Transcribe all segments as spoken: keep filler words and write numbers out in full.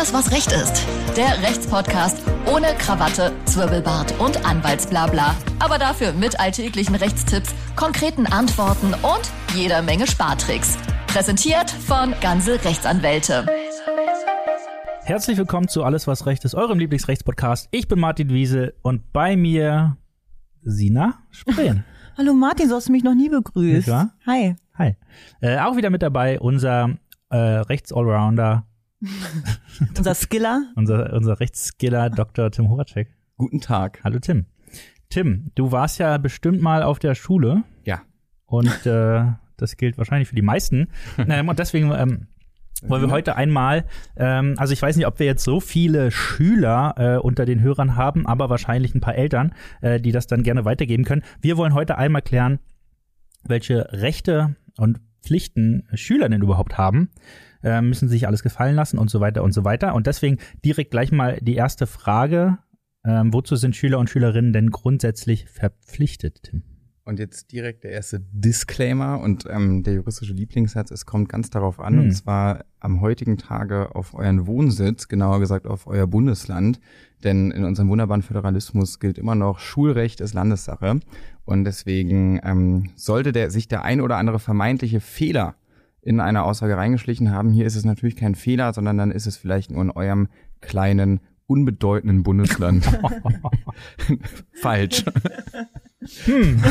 Alles, was Recht ist. Der Rechtspodcast ohne Krawatte, Zwirbelbart und Anwaltsblabla. Aber dafür mit alltäglichen Rechtstipps, konkreten Antworten und jeder Menge Spartricks. Präsentiert von Ganze Rechtsanwälte. Herzlich willkommen zu Alles, was Recht ist, eurem Lieblingsrechtspodcast. Ich bin Martin Wiese und bei mir Sina Spreen. Hallo Martin, so hast du mich noch nie begrüßt. Ja? Hi. Hi. Äh, auch wieder mit dabei unser äh, Rechts-Allrounder. unser Skiller. unser, unser Rechtsskiller Doktor Tim Horacek. Guten Tag. Hallo Tim. Tim, du warst ja bestimmt mal auf der Schule. Ja. Und äh, das gilt wahrscheinlich für die meisten. ähm, und deswegen ähm, wollen wir heute einmal, ähm, also ich weiß nicht, ob wir jetzt so viele Schüler äh, unter den Hörern haben, aber wahrscheinlich ein paar Eltern, äh, die das dann gerne weitergeben können. Wir wollen heute einmal klären, welche Rechte und Pflichten Schüler denn überhaupt haben, äh, müssen sich alles gefallen lassen und so weiter und so weiter. Und deswegen direkt gleich mal die erste Frage, ähm, wozu sind Schüler und Schülerinnen denn grundsätzlich verpflichtet, Tim? Und jetzt direkt der erste Disclaimer und ähm, der juristische Lieblingssatz, es kommt ganz darauf an, hm. und zwar am heutigen Tage auf euren Wohnsitz, genauer gesagt auf euer Bundesland, denn in unserem wunderbaren Föderalismus gilt immer noch, Schulrecht ist Landessache und deswegen ähm, sollte der, sich der ein oder andere vermeintliche Fehler in eine Aussage reingeschlichen haben, hier ist es natürlich kein Fehler, sondern dann ist es vielleicht nur in eurem kleinen, unbedeutenden Bundesland falsch. Hm.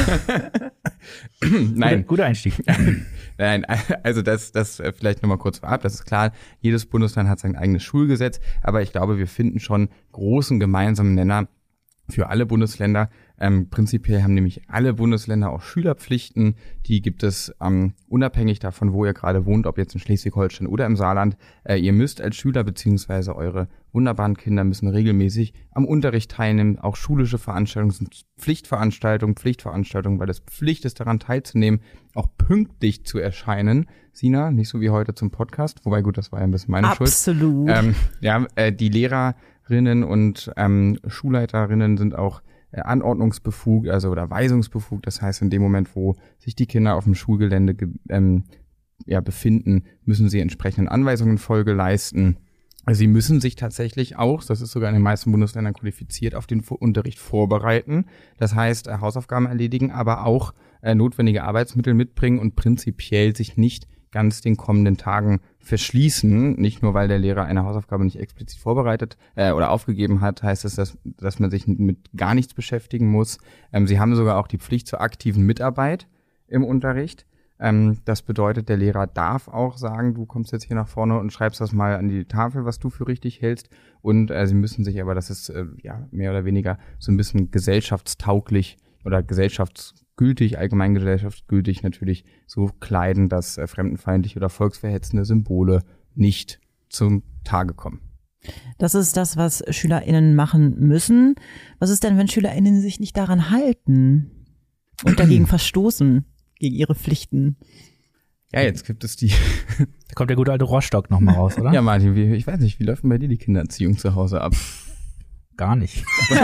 Nein. Guter Einstieg. Nein, also das, das vielleicht nochmal kurz vorab, das ist klar, jedes Bundesland hat sein eigenes Schulgesetz, aber ich glaube, wir finden schon großen gemeinsamen Nenner für alle Bundesländer. Ähm, prinzipiell haben nämlich alle Bundesländer auch Schülerpflichten, die gibt es ähm, unabhängig davon, wo ihr gerade wohnt, ob jetzt in Schleswig-Holstein oder im Saarland. Äh, ihr müsst als Schüler beziehungsweise eure wunderbaren Kinder müssen regelmäßig am Unterricht teilnehmen. Auch schulische Veranstaltungen sind Pflichtveranstaltungen, Pflichtveranstaltungen, weil es Pflicht ist, daran teilzunehmen, auch pünktlich zu erscheinen. Sina, nicht so wie heute zum Podcast, wobei gut, das war ja ein bisschen meine Absolut. Schuld. Absolut. Ähm, ja, äh, die Lehrerinnen und ähm, Schulleiterinnen sind auch äh, anordnungsbefugt, also oder weisungsbefugt. Das heißt, in dem Moment, wo sich die Kinder auf dem Schulgelände ge- ähm, ja, befinden, müssen sie entsprechenden Anweisungen Folge leisten. Sie müssen sich tatsächlich auch, das ist sogar in den meisten Bundesländern kodifiziert, auf den Unterricht vorbereiten. Das heißt, äh, Hausaufgaben erledigen, aber auch äh, notwendige Arbeitsmittel mitbringen und prinzipiell sich nicht ganz den kommenden Tagen verschließen. Nicht nur, weil der Lehrer eine Hausaufgabe nicht explizit vorbereitet äh, oder aufgegeben hat, heißt es, dass, dass man sich mit gar nichts beschäftigen muss. Ähm, sie haben sogar auch die Pflicht zur aktiven Mitarbeit im Unterricht. Ähm, das bedeutet, der Lehrer darf auch sagen, du kommst jetzt hier nach vorne und schreibst das mal an die Tafel, was du für richtig hältst. Und äh, sie müssen sich aber, das ist äh, ja mehr oder weniger so ein bisschen gesellschaftstauglich oder gesellschaftsgültig, allgemeingesellschaftsgültig natürlich so kleiden, dass äh, fremdenfeindliche oder volksverhetzende Symbole nicht zum Tage kommen. Das ist das, was SchülerInnen machen müssen. Was ist denn, wenn SchülerInnen sich nicht daran halten und dagegen verstoßen? Gegen ihre Pflichten. Ja, jetzt gibt es die. Da kommt der gute alte Rohrstock nochmal raus, oder? Ja, Martin, wie, ich weiß nicht, wie läuft denn bei dir die Kindererziehung zu Hause ab? Gar nicht.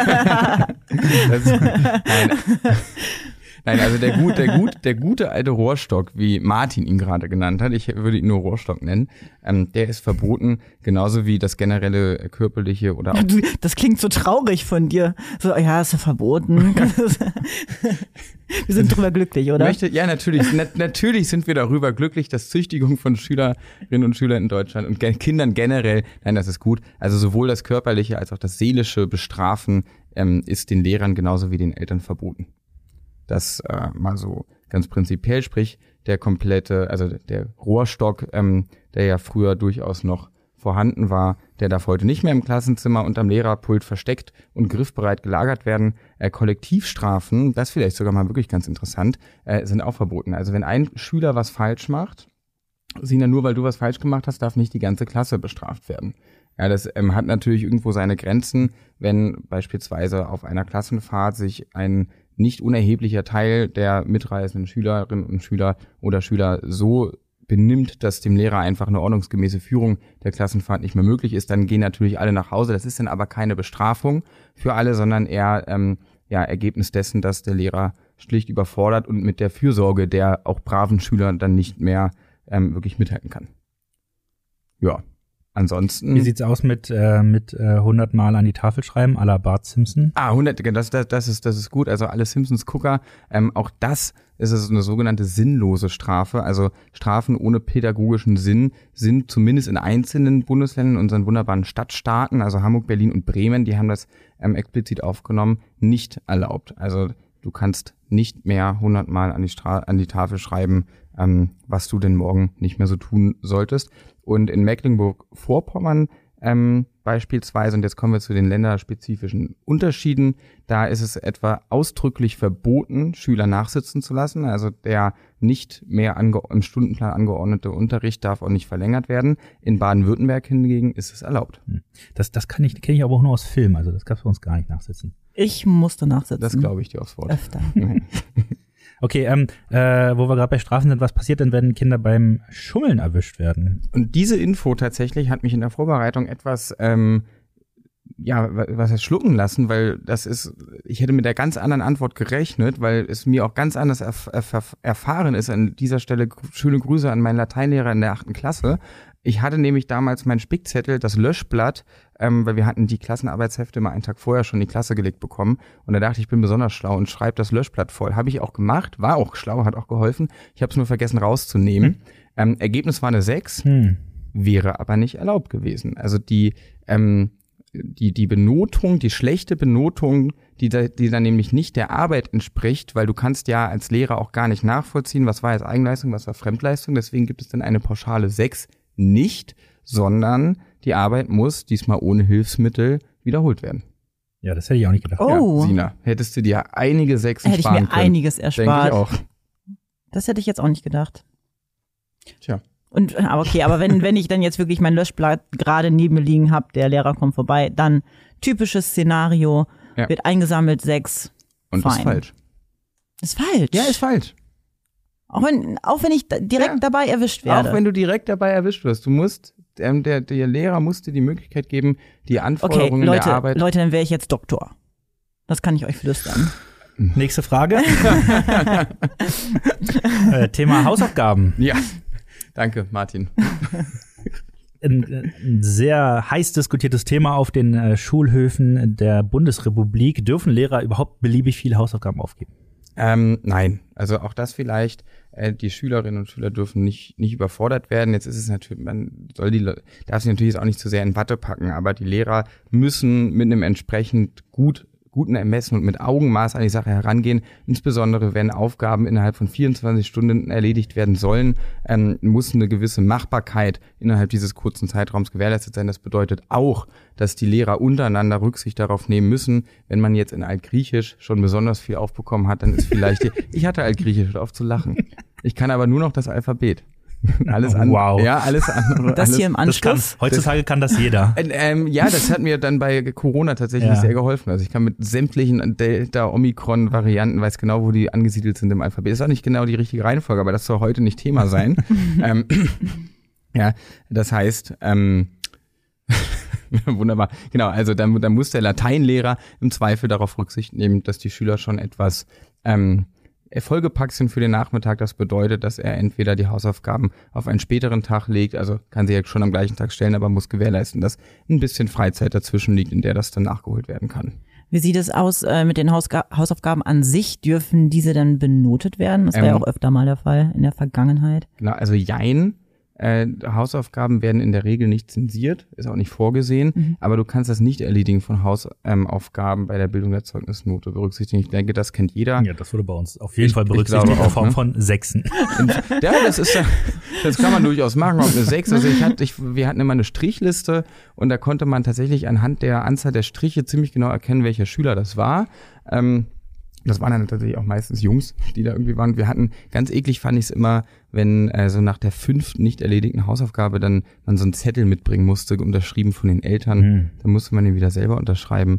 das ist, nein. Nein, also der, gut, der, gut, der gute alte Rohrstock, wie Martin ihn gerade genannt hat, ich würde ihn nur Rohrstock nennen, ähm, der ist verboten, genauso wie das generelle körperliche oder auch... Du, das klingt so traurig von dir. So, ja, ist ja verboten. Wir sind drüber glücklich, oder? Möchte, ja, natürlich. Na, natürlich sind wir darüber glücklich, dass Züchtigung von Schülerinnen und Schülern in Deutschland und ge- Kindern generell, nein, das ist gut, also sowohl das körperliche als auch das seelische Bestrafen ähm, ist den Lehrern genauso wie den Eltern verboten. Das äh, mal so ganz prinzipiell, sprich der komplette, also der Rohrstock, ähm, der ja früher durchaus noch vorhanden war, der darf heute nicht mehr im Klassenzimmer und am Lehrerpult versteckt und griffbereit gelagert werden. Äh, Kollektivstrafen, das vielleicht sogar mal wirklich ganz interessant, äh, sind auch verboten. Also wenn ein Schüler was falsch macht, Sina, nur weil du was falsch gemacht hast, darf nicht die ganze Klasse bestraft werden. Ja, das ähm, hat natürlich irgendwo seine Grenzen, wenn beispielsweise auf einer Klassenfahrt sich ein nicht unerheblicher Teil der mitreisenden Schülerinnen und Schüler oder Schüler so benimmt, dass dem Lehrer einfach eine ordnungsgemäße Führung der Klassenfahrt nicht mehr möglich ist, dann gehen natürlich alle nach Hause. Das ist dann aber keine Bestrafung für alle, sondern eher ähm, ja Ergebnis dessen, dass der Lehrer schlicht überfordert und mit der Fürsorge der auch braven Schüler dann nicht mehr ähm, wirklich mithalten kann. Ja, Ansonsten. Wie sieht's aus mit äh, mit äh, hundert Mal an die Tafel schreiben, à la Bart Simpson? Ah, hundert, das, das, das ist das ist gut. Also alle Simpsons-Gucker, ähm, auch das ist es eine sogenannte sinnlose Strafe. Also Strafen ohne pädagogischen Sinn sind zumindest in einzelnen Bundesländern, unseren wunderbaren Stadtstaaten, also Hamburg, Berlin und Bremen, die haben das ähm, explizit aufgenommen, nicht erlaubt. Also du kannst nicht mehr hundert Mal an die, Stra- an die Tafel schreiben, ähm, was du denn morgen nicht mehr so tun solltest. Und in Mecklenburg-Vorpommern ähm, beispielsweise, und jetzt kommen wir zu den länderspezifischen Unterschieden, da ist es etwa ausdrücklich verboten, Schüler nachsitzen zu lassen. Also der nicht mehr ange- im Stundenplan angeordnete Unterricht darf auch nicht verlängert werden. In Baden-Württemberg hingegen ist es erlaubt. Das, das kann ich, kenne ich aber auch nur aus Filmen, also das gab es bei uns gar nicht nachsitzen. Ich musste nachsitzen. Das glaube ich dir aufs Wort. Öfter. Okay, ähm, äh, wo wir gerade bei Strafen sind, was passiert denn, wenn Kinder beim Schummeln erwischt werden? Und diese Info tatsächlich hat mich in der Vorbereitung etwas, ähm, ja, was heißt schlucken lassen, weil das ist, ich hätte mit der ganz anderen Antwort gerechnet, weil es mir auch ganz anders erf- erf- erfahren ist. An dieser Stelle schöne Grüße an meinen Lateinlehrer in der achten Klasse. Ich hatte nämlich damals meinen Spickzettel, das Löschblatt, ähm, weil wir hatten die Klassenarbeitshefte mal einen Tag vorher schon in die Klasse gelegt bekommen. Und da dachte ich, ich bin besonders schlau und schreibe das Löschblatt voll. Habe ich auch gemacht, war auch schlau, hat auch geholfen. Ich habe es nur vergessen rauszunehmen. Hm. Ähm, Ergebnis war eine sechs, hm. wäre aber nicht erlaubt gewesen. Also die, ähm, die, die Benotung, die schlechte Benotung, die, da, die dann nämlich nicht der Arbeit entspricht, weil du kannst ja als Lehrer auch gar nicht nachvollziehen, was war jetzt Eigenleistung, was war Fremdleistung. Deswegen gibt es dann eine pauschale sechs nicht, sondern die Arbeit muss diesmal ohne Hilfsmittel wiederholt werden. Ja, das hätte ich auch nicht gedacht. Oh. Ja, Sina, hättest du dir einige Sechsen Hätte ich sparen mir können. einiges erspart. Denke ich auch. Das hätte ich jetzt auch nicht gedacht. Tja. Und aber okay, aber wenn wenn ich dann jetzt wirklich mein Löschblatt gerade neben mir liegen habe, der Lehrer kommt vorbei, dann typisches Szenario, Ja. wird eingesammelt, sechs. Und Fein. ist falsch. Ist falsch. Ja, ist falsch. Auch wenn, auch wenn ich da- direkt Ja. dabei erwischt werde. Auch wenn du direkt dabei erwischt wirst. Du musst, ähm, der, der Lehrer musste die Möglichkeit geben, die okay, Anforderungen Leute, der Arbeit. Leute, dann wäre ich jetzt Doktor. Das kann ich euch flüstern. Nächste Frage. äh, Thema Hausaufgaben. Ja. Danke, Martin. Ein, ein sehr heiß diskutiertes Thema auf den äh, Schulhöfen der Bundesrepublik. Dürfen Lehrer überhaupt beliebig viele Hausaufgaben aufgeben? Ähm, nein, also auch das vielleicht, äh, die Schülerinnen und Schüler dürfen nicht nicht überfordert werden. Jetzt ist es natürlich, man soll die, darf sie natürlich jetzt auch nicht zu sehr in Watte packen, aber die Lehrer müssen mit einem entsprechend gut guten Ermessen und mit Augenmaß an die Sache herangehen. Insbesondere wenn Aufgaben innerhalb von vierundzwanzig Stunden erledigt werden sollen, ähm, muss eine gewisse Machbarkeit innerhalb dieses kurzen Zeitraums gewährleistet sein. Das bedeutet auch, dass die Lehrer untereinander Rücksicht darauf nehmen müssen. Wenn man jetzt in Altgriechisch schon besonders viel aufbekommen hat, dann ist vielleicht, die, ich hatte Altgriechisch, hört auf zu lachen. Ich kann aber nur noch das Alphabet. Alles andere. Wow. Ja, alles andere. Das alles, hier im Das kann, Anschluss. heutzutage kann das jeder. äh, ähm, ja, das hat mir dann bei Corona tatsächlich Ja. sehr geholfen. Also ich kann mit sämtlichen Delta-Omikron-Varianten, weiß genau, wo die angesiedelt sind im Alphabet. Ist auch nicht genau die richtige Reihenfolge, aber das soll heute nicht Thema sein. ähm, ja, das heißt, ähm, wunderbar. Genau, also dann, dann muss der Lateinlehrer im Zweifel darauf Rücksicht nehmen, dass die Schüler schon etwas ähm, vollgepackt sind für den Nachmittag. Das bedeutet, dass er entweder die Hausaufgaben auf einen späteren Tag legt, also kann sie ja schon am gleichen Tag stellen, aber muss gewährleisten, dass ein bisschen Freizeit dazwischen liegt, in der das dann nachgeholt werden kann. Wie sieht es aus äh, mit den Hausga- Hausaufgaben an sich? Dürfen diese dann benotet werden? Das war ja Ähm, auch öfter mal der Fall in der Vergangenheit. Genau, also jein. Äh, Hausaufgaben werden in der Regel nicht zensiert, ist auch nicht vorgesehen, Mhm. aber du kannst das Nicht-Erledigen von Hausaufgaben ähm, bei der Bildung der Zeugnisnote berücksichtigen. Ich denke, das kennt jeder. Ja, das wurde bei uns auf jeden Ich- Fall ich berücksichtigt glaube in auch, Form ne? von Sechsen. Ja, das ist ja, das kann man durchaus machen, auch eine sechs. Also ich hatte, ich, wir hatten immer eine Strichliste und da konnte man tatsächlich anhand der Anzahl der Striche ziemlich genau erkennen, welcher Schüler das war. Ähm, Das waren dann tatsächlich auch meistens Jungs, die da irgendwie waren. Wir hatten, ganz eklig fand ich es immer, wenn äh, so nach der fünften nicht erledigten Hausaufgabe dann man so einen Zettel mitbringen musste, unterschrieben von den Eltern. Mhm. Dann musste man den wieder selber unterschreiben.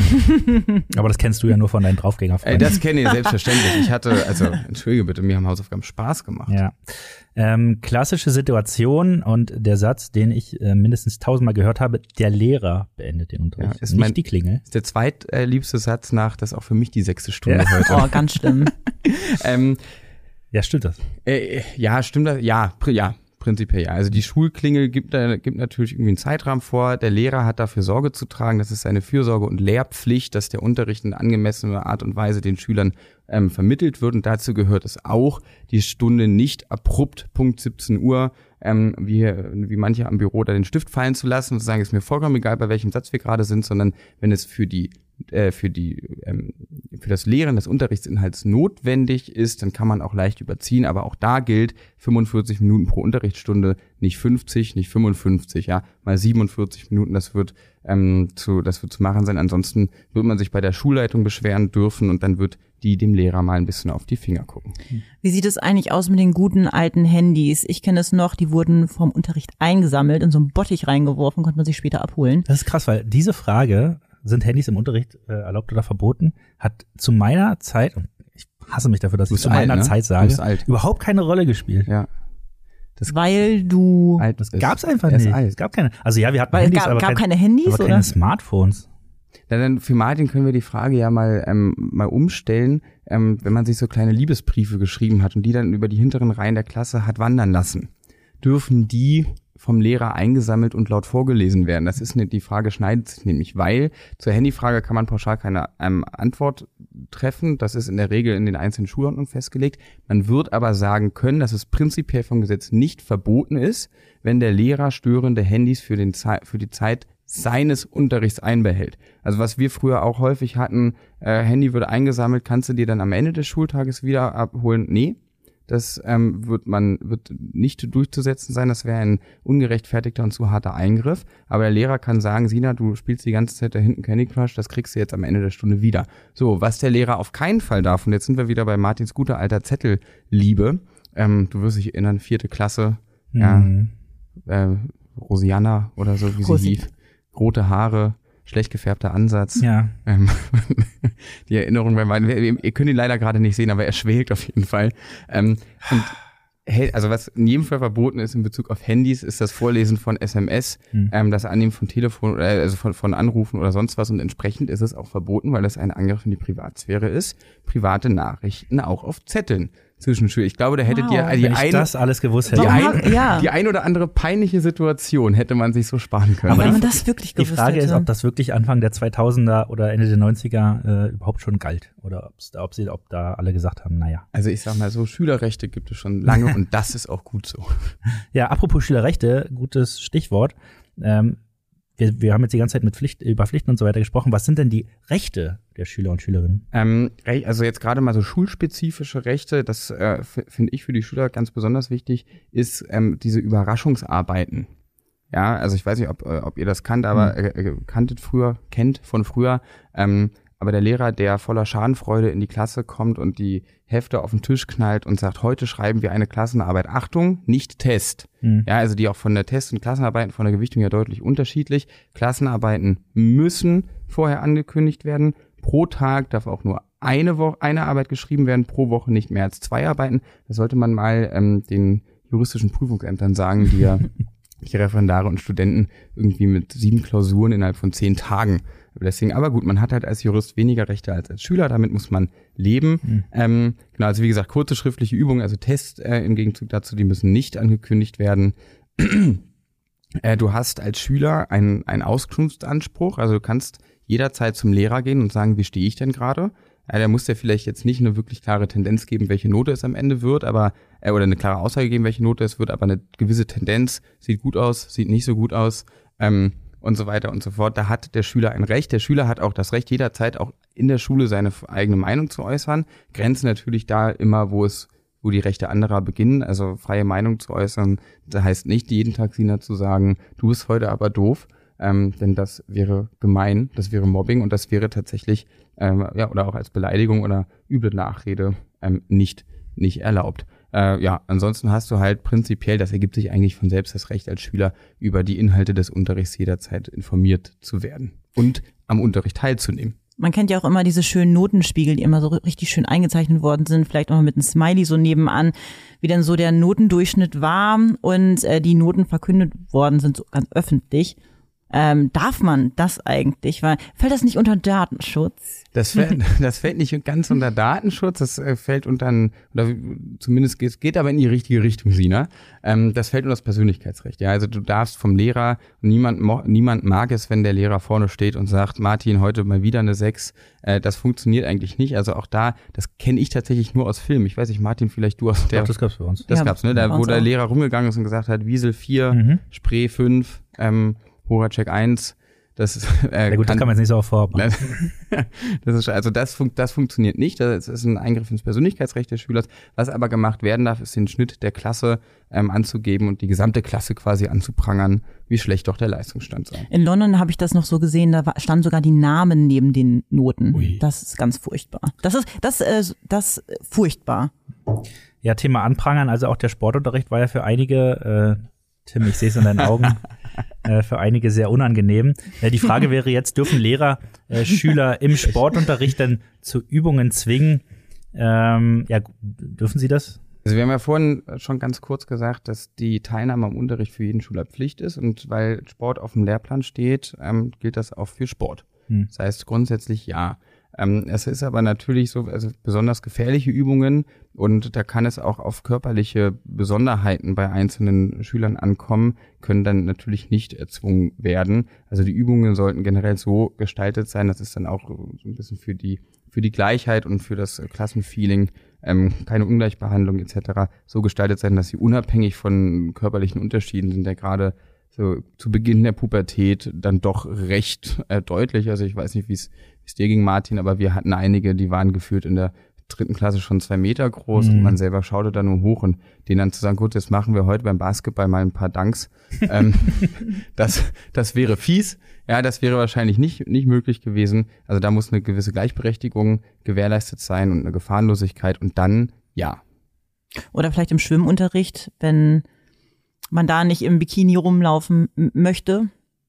Aber das kennst du ja nur von deinen Äh, Draufgängerfreunden. das kenne ich selbstverständlich. Ich hatte, also entschuldige bitte, mir haben Hausaufgaben Spaß gemacht. Ja. Ähm, klassische Situation und der Satz, den ich äh, mindestens tausendmal gehört habe, der Lehrer beendet den Unterricht, Ja, ist nicht mein- die Klingel. Das ist der zweitliebste Satz nach, das ist auch für mich die sechste Stunde Ja. heute. Oh, ganz schlimm. Ähm, Ja, stimmt das? Äh, ja, stimmt das? Ja, pr- ja, Prinzipiell ja. Also die Schulklingel gibt, da, gibt natürlich irgendwie einen Zeitrahmen vor. Der Lehrer hat dafür Sorge zu tragen. Das ist seine Fürsorge- und Lehrpflicht, dass der Unterricht in angemessener Art und Weise den Schülern ähm, vermittelt wird. Und dazu gehört es auch, die Stunde nicht abrupt Punkt siebzehn Uhr, ähm, wie, wie manche am Büro da den Stift fallen zu lassen und zu sagen, ist mir vollkommen egal, bei welchem Satz wir gerade sind, sondern wenn es für die äh, für die ähm, für das Lehren des Unterrichtsinhalts notwendig ist, dann kann man auch leicht überziehen, aber auch da gilt fünfundvierzig Minuten pro Unterrichtsstunde, nicht fünfzig, nicht fünfundfünfzig, ja, mal siebenundvierzig Minuten, das wird ähm, zu das wird zu machen sein. Ansonsten wird man sich bei der Schulleitung beschweren dürfen und dann wird die dem Lehrer mal ein bisschen auf die Finger gucken. Wie sieht es eigentlich aus mit den guten alten Handys? Ich kenne es noch, die wurden vom Unterricht eingesammelt, in so einen Bottich reingeworfen, konnte man sich später abholen. Das ist krass, weil diese Frage, sind Handys im Unterricht äh, erlaubt oder verboten, hat zu meiner Zeit, und ich hasse mich dafür, dass ich zu alt, meiner ne? Zeit sage, überhaupt keine Rolle gespielt. Ja. Das Weil du... Alt das ist. gab's einfach Er ist nicht. alt. Es gab keine. Also ja, wir hatten Weil Handys, es gab, aber gab kein, keine Handys, aber oder? keine Smartphones. Dann für Martin können wir die Frage ja mal ähm, mal umstellen, ähm, wenn man sich so kleine Liebesbriefe geschrieben hat und die dann über die hinteren Reihen der Klasse hat wandern lassen. Dürfen die vom Lehrer eingesammelt und laut vorgelesen werden? Das ist nicht, die Frage schneidet sich nämlich, weil zur Handyfrage kann man pauschal keine ähm, Antwort treffen. Das ist in der Regel in den einzelnen Schulordnungen festgelegt. Man wird aber sagen können, dass es prinzipiell vom Gesetz nicht verboten ist, wenn der Lehrer störende Handys für, den Ze- für die Zeit seines Unterrichts einbehält. Also was wir früher auch häufig hatten, äh, Handy wird eingesammelt, kannst du dir dann am Ende des Schultages wieder abholen? Nee. Das ähm, wird man wird nicht durchzusetzen sein, das wäre ein ungerechtfertigter und zu harter Eingriff. Aber der Lehrer kann sagen, Sina, du spielst die ganze Zeit da hinten Candy Crush, das kriegst du jetzt am Ende der Stunde wieder. So, was der Lehrer auf keinen Fall darf, und jetzt sind wir wieder bei Martins guter alter Zettelliebe, ähm, du wirst dich erinnern, vierte Klasse, Mhm. ja, äh, Rosianna oder so, wie Rosi. sie hieß, rote Haare, schlecht gefärbter Ansatz. Ja. Ähm, die Erinnerung, wenn man, ihr könnt ihn leider gerade nicht sehen, aber er schwelgt auf jeden Fall. Ähm, und hey, also was in jedem Fall verboten ist in Bezug auf Handys, ist das Vorlesen von S M S, Hm. ähm, das Annehmen von Telefon, oder also von, von Anrufen oder sonst was. Und entsprechend ist es auch verboten, weil das ein Angriff in die Privatsphäre ist, private Nachrichten auch auf Zetteln zwischen Schülern. Ich glaube, da hättet Wow. ihr die Wenn ich ein, das alles gewusst die, hätte. Warum ein, hab- ja. die ein oder andere peinliche Situation hätte man sich so sparen können. Aber Wenn die- man das wirklich Die gewusst Frage hätte. ist, ob das wirklich Anfang der zweitausender oder Ende der neunziger äh, überhaupt schon galt. Oder ob's da, ob sie, ob da alle gesagt haben, naja. Also ich sag mal so, Schülerrechte gibt es schon lange und das ist auch gut so. Ja, apropos Schülerrechte, gutes Stichwort. Ähm, wir, wir haben jetzt die ganze Zeit mit Pflicht, über Pflichten und so weiter gesprochen. Was sind denn die Rechte der Schüler und Schülerinnen? Ähm, Re- also jetzt gerade mal so schulspezifische Rechte, das äh, f- finde ich für die Schüler ganz besonders wichtig, ist ähm, diese Überraschungsarbeiten. Ja, also ich weiß nicht, ob, äh, ob ihr das kannt, aber äh, äh, kanntet früher, kennt von früher. Ähm, aber der Lehrer, der voller Schadenfreude in die Klasse kommt und die Hefte auf den Tisch knallt und sagt, heute schreiben wir eine Klassenarbeit. Achtung, nicht Test. Hm. Ja, also die auch von der Test- und Klassenarbeiten von der Gewichtung ja deutlich unterschiedlich. Klassenarbeiten müssen vorher angekündigt werden. Pro Tag darf auch nur eine Woche, eine Arbeit geschrieben werden, pro Woche nicht mehr als zwei Arbeiten. Das sollte man mal ähm, den juristischen Prüfungsämtern sagen, die ja die Referendare und Studenten irgendwie mit sieben Klausuren innerhalb von zehn Tagen belästigen. Aber gut, man hat halt als Jurist weniger Rechte als als Schüler, damit muss man leben. Mhm. Ähm, genau, also wie gesagt, kurze schriftliche Übungen, also Tests äh, im Gegenzug dazu, die müssen nicht angekündigt werden. äh, du hast als Schüler einen, einen Auskunftsanspruch, also du kannst jederzeit zum Lehrer gehen und sagen, wie stehe ich denn gerade? Ja, der muss ja vielleicht jetzt nicht eine wirklich klare Tendenz geben, welche Note es am Ende wird, aber äh, oder eine klare Aussage geben, welche Note es wird, aber eine gewisse Tendenz, sieht gut aus, sieht nicht so gut aus, ähm, und so weiter und so fort. Da hat der Schüler ein Recht. Der Schüler hat auch das Recht, jederzeit auch in der Schule seine eigene Meinung zu äußern. Grenzen natürlich da immer, wo es, wo die Rechte anderer beginnen. Also freie Meinung zu äußern, das heißt nicht jeden Tag Sina zu sagen, du bist heute aber doof, ähm, denn das wäre gemein, das wäre Mobbing und das wäre tatsächlich ähm, ja oder auch als Beleidigung oder üble Nachrede ähm, nicht nicht erlaubt. Äh, ja, ansonsten hast du halt prinzipiell, das ergibt sich eigentlich von selbst, das Recht als Schüler, über die Inhalte des Unterrichts jederzeit informiert zu werden und am Unterricht teilzunehmen. Man kennt ja auch immer diese schönen Notenspiegel, die immer so richtig schön eingezeichnet worden sind, vielleicht auch mal mit einem Smiley so nebenan, wie dann so der Notendurchschnitt war und äh, die Noten verkündet worden sind, so ganz öffentlich. Ähm, darf man das eigentlich? Weil, fällt das nicht unter Datenschutz? Das fällt, das fällt nicht ganz unter Datenschutz, das äh, fällt unter, ein, oder zumindest geht, geht aber in die richtige Richtung, Sina. Ähm, das fällt unter das Persönlichkeitsrecht. Ja, also du darfst vom Lehrer, niemand, mo, niemand mag es, wenn der Lehrer vorne steht und sagt, Martin, heute mal wieder eine sechs. Äh, das funktioniert eigentlich nicht. Also auch da, das kenne ich tatsächlich nur aus Filmen. Ich weiß nicht, Martin, vielleicht du aus der. Ich glaub, das gab's bei uns. Das ja, gab's, ne? Da, wo der Lehrer rumgegangen ist und gesagt hat, Wiesel vier, mhm. Spree fünf, ähm, Horacek eins. Das ist, äh, ja gut, kann, das kann man jetzt nicht so vorhaben. das ist, also das, fun- das funktioniert nicht. Das ist ein Eingriff ins Persönlichkeitsrecht des Schülers. Was aber gemacht werden darf, ist den Schnitt der Klasse ähm, anzugeben und die gesamte Klasse quasi anzuprangern, wie schlecht doch der Leistungsstand sei. In London habe ich das noch so gesehen, da war, standen sogar die Namen neben den Noten. Ui. Das ist ganz furchtbar. Das ist das, äh, das äh, furchtbar. Ja, Thema Anprangern, also auch der Sportunterricht war ja für einige, äh, Tim, ich sehe es in deinen Augen, äh, für einige sehr unangenehm. Äh, die Frage wäre jetzt, dürfen Lehrer äh, Schüler im Sportunterricht dann zu Übungen zwingen? Ähm, ja, dürfen sie das? Also wir haben ja vorhin schon ganz kurz gesagt, dass die Teilnahme am Unterricht für jeden Schüler Pflicht ist und weil Sport auf dem Lehrplan steht, ähm, gilt das auch für Sport. Hm. Das heißt grundsätzlich ja. Ähm, es ist aber natürlich so, also besonders gefährliche Übungen und da kann es auch auf körperliche Besonderheiten bei einzelnen Schülern ankommen, können dann natürlich nicht erzwungen werden. Also die Übungen sollten generell so gestaltet sein, das ist dann auch so ein bisschen für die für die Gleichheit und für das Klassenfeeling, ähm, keine Ungleichbehandlung et cetera so gestaltet sein, dass sie unabhängig von körperlichen Unterschieden sind, ja gerade so zu Beginn der Pubertät dann doch recht äh, deutlich. Also ich weiß nicht, wie es dir ging, Martin, aber wir hatten einige, die waren gefühlt in der dritten Klasse schon zwei Meter groß mhm. und man selber schaute da nur hoch und denen dann zu sagen, gut, jetzt machen wir heute beim Basketball mal ein paar Dunks. ähm, das, das wäre fies. Ja, das wäre wahrscheinlich nicht, nicht möglich gewesen. Also da muss eine gewisse Gleichberechtigung gewährleistet sein und eine Gefahrenlosigkeit und dann, ja. Oder vielleicht im Schwimmunterricht, wenn man da nicht im Bikini rumlaufen m- möchte.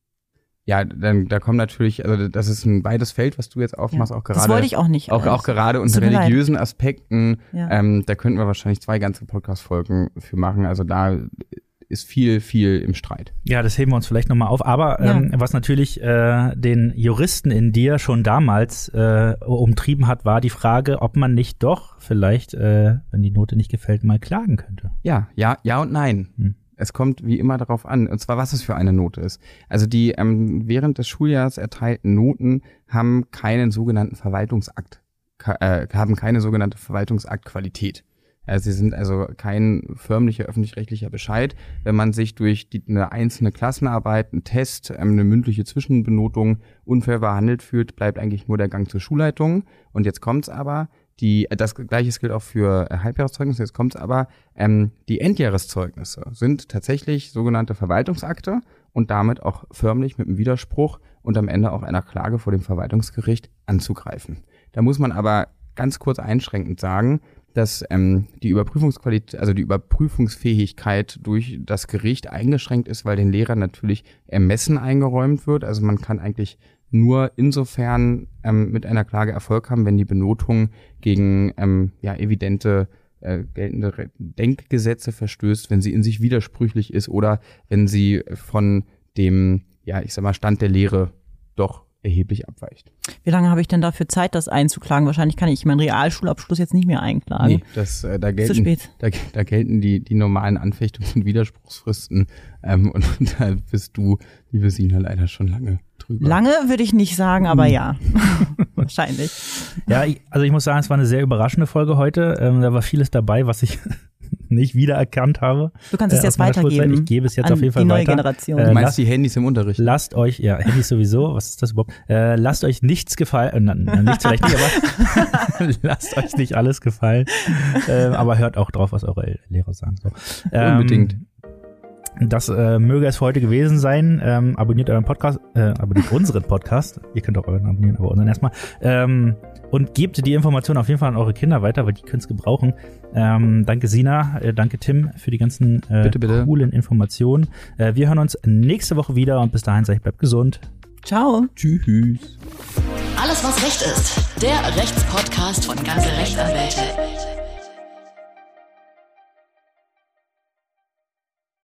Ja, dann da kommen natürlich, also das ist ein weites Feld, was du jetzt aufmachst, ja, auch gerade. Das wollte ich auch nicht. Auch, auch gerade unter religiösen leid. Aspekten. Ja. Ähm, da könnten wir wahrscheinlich zwei ganze Podcast-Folgen für machen. Also da ist viel, viel im Streit. Ja, das heben wir uns vielleicht nochmal auf. Aber ja. ähm, was natürlich äh, den Juristen in dir schon damals äh, umtrieben hat, war die Frage, ob man nicht doch vielleicht, äh, wenn die Note nicht gefällt, mal klagen könnte. Ja, ja, ja und nein. Hm. Es kommt wie immer darauf an, und zwar, was es für eine Note ist. Also die ähm, während des Schuljahres erteilten Noten haben keinen sogenannten Verwaltungsakt, äh, haben keine sogenannte Verwaltungsaktqualität. Also sie sind also kein förmlicher öffentlich-rechtlicher Bescheid. Wenn man sich durch die, eine einzelne Klassenarbeit, einen Test, ähm, eine mündliche Zwischenbenotung unfair behandelt fühlt, bleibt eigentlich nur der Gang zur Schulleitung. Und jetzt kommt's aber, die, das Gleiche gilt auch für Halbjahreszeugnisse, jetzt kommt's aber, ähm, die Endjahreszeugnisse sind tatsächlich sogenannte Verwaltungsakte und damit auch förmlich mit einem Widerspruch und am Ende auch einer Klage vor dem Verwaltungsgericht anzugreifen. Da muss man aber ganz kurz einschränkend sagen, dass ähm, die Überprüfungsqualität, also die Überprüfungsfähigkeit durch das Gericht eingeschränkt ist, weil den Lehrern natürlich Ermessen eingeräumt wird. Also man kann eigentlich nur insofern ähm, mit einer Klage Erfolg haben, wenn die Benotung gegen ähm, ja evidente äh, geltende Re- Denkgesetze verstößt, wenn sie in sich widersprüchlich ist oder wenn sie von dem, ja ich sag mal, Stand der Lehre doch erheblich abweicht. Wie lange habe ich denn dafür Zeit, das einzuklagen? Wahrscheinlich kann ich meinen Realschulabschluss jetzt nicht mehr einklagen. Nee, das, äh, da gelten, zu spät. Da, da gelten die, die normalen Anfechtungs- und Widerspruchsfristen ähm, und, und da bist du, liebe Sina, leider schon lange drüber. Lange würde ich nicht sagen, aber ja, wahrscheinlich. Ja, ich, also ich muss sagen, es war eine sehr überraschende Folge heute. Ähm, da war vieles dabei, was ich nicht wiedererkannt habe. Du kannst es äh, jetzt weitergeben. Ich gebe es jetzt auf jeden Fall die neue weiter. Generation. Äh, du meinst lasst, die Handys im Unterricht? Lasst euch, ja, Handys sowieso, was ist das überhaupt? Äh, lasst euch nichts gefallen, äh, na, nichts vielleicht nicht, aber lasst euch nicht alles gefallen. Äh, aber hört auch drauf, was eure Lehrer sagen. So. Ähm, Unbedingt. Das äh, möge es für heute gewesen sein. Ähm, abonniert euren Podcast, äh, abonniert unseren Podcast. Ihr könnt auch euren abonnieren, aber unseren erstmal. Ähm, und gebt die Informationen auf jeden Fall an eure Kinder weiter, weil die können es gebrauchen. Ähm, danke Sina, äh, danke Tim für die ganzen äh, bitte, bitte. coolen Informationen. Äh, wir hören uns nächste Woche wieder und bis dahin sage ich, bleibt gesund. Ciao. Tschüss. Alles, was Recht ist. Der Rechtspodcast von Ganze Rechtsanwälte.